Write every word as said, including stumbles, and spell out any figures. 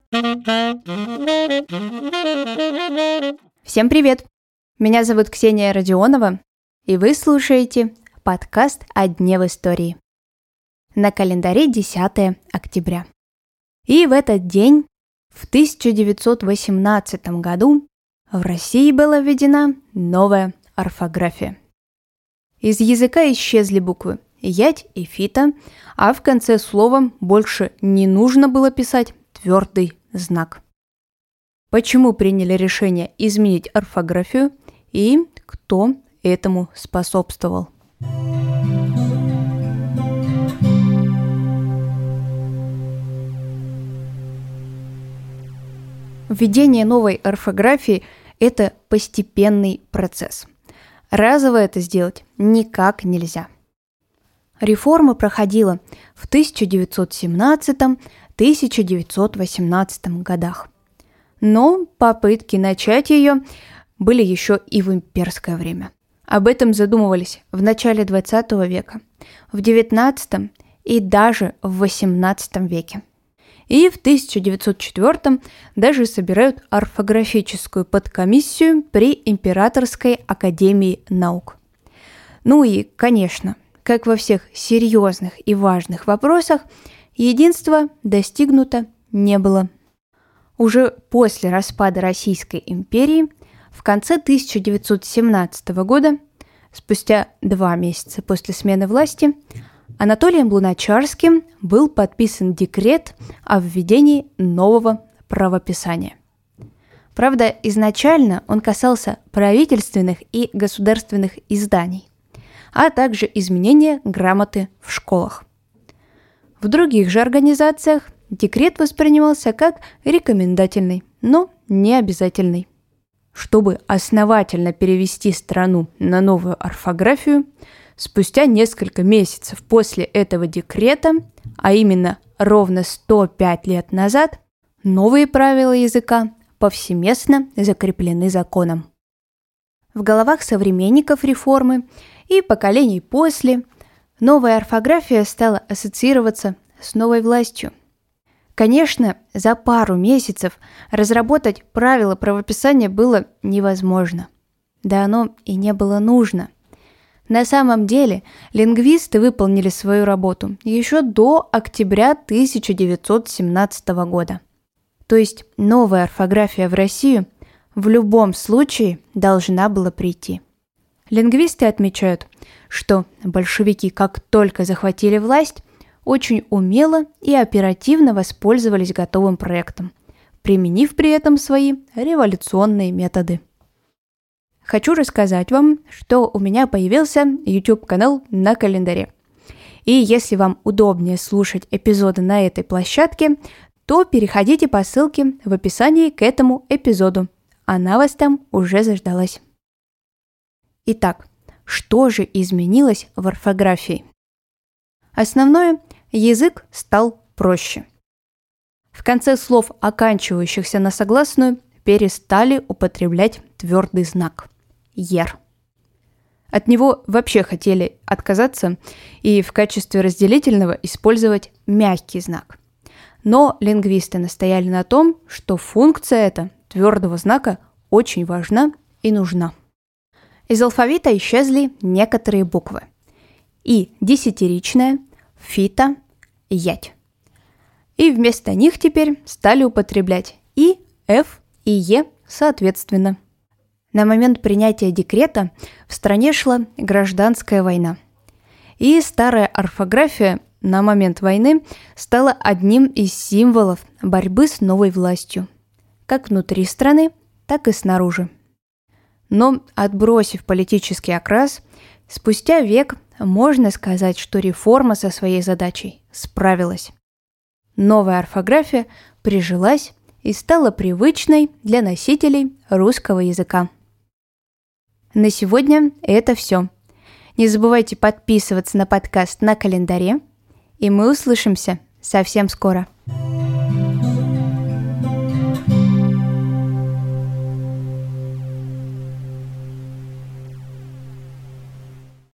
Всем привет! Меня зовут Ксения Родионова, и вы слушаете подкаст «О дне в истории». На календаре десятое октября. И в этот день, в тысяча девятьсот восемнадцатом году, в России была введена новая орфография. Из языка исчезли буквы «ять» и «фита», а в конце слова больше не нужно было писать твердый знак. Почему приняли решение изменить орфографию и кто этому способствовал? Введение новой орфографии – это постепенный процесс. Разово это сделать никак нельзя. Реформа проходила в тысяча девятьсот семнадцатом — тысяча девятьсот восемнадцатом годах. Но попытки начать ее были еще и в имперское время. Об этом задумывались в начале двадцатого века, в девятнадцатом и даже в восемнадцатом веке. И в тысяча девятьсот четвёртом даже собирают орфографическую подкомиссию при Императорской академии наук. Ну и, конечно, как во всех серьезных и важных вопросах, единства достигнуто не было. Уже после распада Российской империи, в конце тысяча девятьсот семнадцатого года, спустя два месяца после смены власти, Анатолием Луначарским был подписан декрет о введении нового правописания. Правда, изначально он касался правительственных и государственных изданий, а также изменения грамоты в школах. В других же организациях декрет воспринимался как рекомендательный, но не обязательный. Чтобы основательно перевести страну на новую орфографию, спустя несколько месяцев после этого декрета, а именно ровно сто пять лет назад, новые правила языка повсеместно закреплены законом. В головах современников реформы и поколений после новая орфография стала ассоциироваться с новой властью. Конечно, за пару месяцев разработать правила правописания было невозможно. Да оно и не было нужно. На самом деле, лингвисты выполнили свою работу еще до октября тысяча девятьсот семнадцатого года. То есть новая орфография в Россию в любом случае должна была прийти. Лингвисты отмечают, что большевики, как только захватили власть, очень умело и оперативно воспользовались готовым проектом, применив при этом свои революционные методы. Хочу рассказать вам, что у меня появился YouTube-канал на календаре. И если вам удобнее слушать эпизоды на этой площадке, то переходите по ссылке в описании к этому эпизоду. Она вас там уже заждалась. Итак, что же изменилось в орфографии? Основное – язык стал проще. В конце слов, оканчивающихся на согласную, перестали употреблять твердый знак – «ер». От него вообще хотели отказаться и в качестве разделительного использовать мягкий знак. Но лингвисты настояли на том, что функция эта твердого знака очень важна и нужна. Из алфавита исчезли некоторые буквы. И десятиричная, фита, ять. И вместо них теперь стали употреблять и, ф, и е соответственно. На момент принятия декрета в стране шла гражданская война. И старая орфография на момент войны стала одним из символов борьбы с новой властью, как внутри страны, так и снаружи. Но, отбросив политический окрас, спустя век можно сказать, что реформа со своей задачей справилась. Новая орфография прижилась и стала привычной для носителей русского языка. На сегодня это все. Не забывайте подписываться на подкаст на календаре, и мы услышимся совсем скоро.